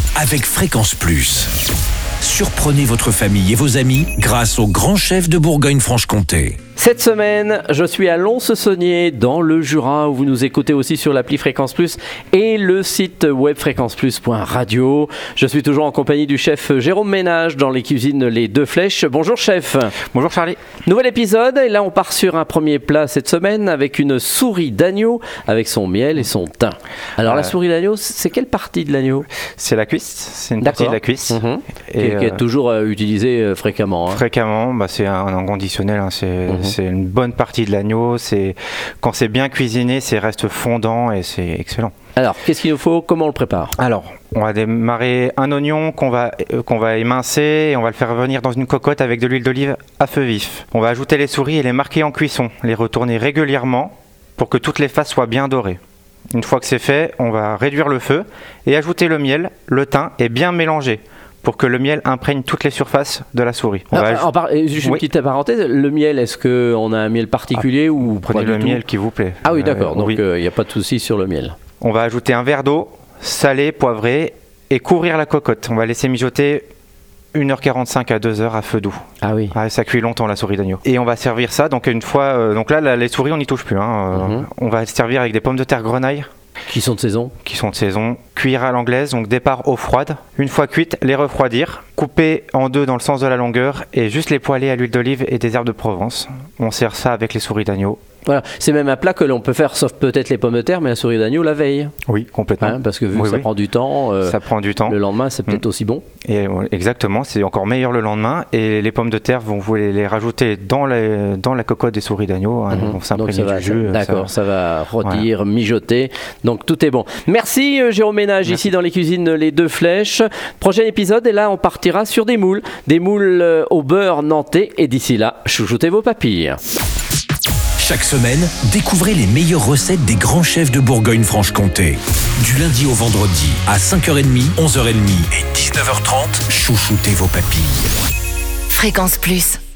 avec Fréquence Plus. Surprenez votre famille et vos amis grâce au grand chef de Bourgogne-Franche-Comté. Cette semaine, je suis à Lons-Saunier, dans le Jura, où vous nous écoutez aussi sur l'appli Fréquence Plus et le site web fréquenceplus.radio. Je suis toujours en compagnie du chef Jérôme Ménage dans les cuisines Les Deux Flèches. Bonjour chef. Bonjour Charlie. Nouvel épisode, et là on part sur un premier plat cette semaine avec une souris d'agneau avec son miel et son thym. Alors la souris d'agneau, c'est quelle partie de l'agneau ? C'est la cuisse, c'est une partie de la cuisse. Qui est toujours utilisée fréquemment. Fréquemment, c'est un inconditionnel, c'est une bonne partie de l'agneau. Quand c'est bien cuisiné, c'est reste fondant et c'est excellent. Alors, qu'est-ce qu'il nous faut ? Comment on le prépare ? Alors, on va démarrer un oignon qu'on va émincer et on va le faire revenir dans une cocotte avec de l'huile d'olive à feu vif. On va ajouter les souris et les marquer en cuisson, les retourner régulièrement pour que toutes les faces soient bien dorées. Une fois que c'est fait, on va réduire le feu et ajouter le miel, le thym et bien mélanger pour que le miel imprègne toutes les surfaces de la souris. Juste une petite parenthèse, le miel, est-ce qu'on a un miel particulier ou vous prenez le miel qui vous plaît. Ah oui, d'accord, donc il n'y a pas de souci sur le miel. On va ajouter un verre d'eau, salé, poivré, et couvrir la cocotte. On va laisser mijoter 1h45 à 2h à feu doux. Ah oui. Ça cuit longtemps la souris d'agneau. Et on va servir ça, donc une fois... donc là, les souris, on n'y touche plus. On va servir avec des pommes de terre grenaille. Qui sont de saison. Cuire à l'anglaise, donc départ eau froide. Une fois cuites, les refroidir. Couper en deux dans le sens de la longueur et juste les poêler à l'huile d'olive et des herbes de Provence. On sert ça avec les souris d'agneau. Voilà, c'est même un plat que l'on peut faire, sauf peut-être les pommes de terre, mais la souris d'agneau la veille. Oui, complètement. Parce que vu que ça prend du temps, le lendemain c'est peut-être aussi bon. Et exactement, c'est encore meilleur le lendemain. Et les pommes de terre, vous voulez les rajouter dans la cocotte des souris d'agneau. Donc ça va rôtir, mijoter. Donc tout est bon. Merci Jérôme Ménage, ici dans les cuisines Les Deux Flèches. Prochain épisode, et là on partira sur des moules au beurre nantais. Et d'ici là, chouchoutez vos papilles. Chaque semaine, découvrez les meilleures recettes des grands chefs de Bourgogne-Franche-Comté. Du lundi au vendredi, à 5h30, 11h30 et 19h30, chouchoutez vos papilles. Fréquence Plus.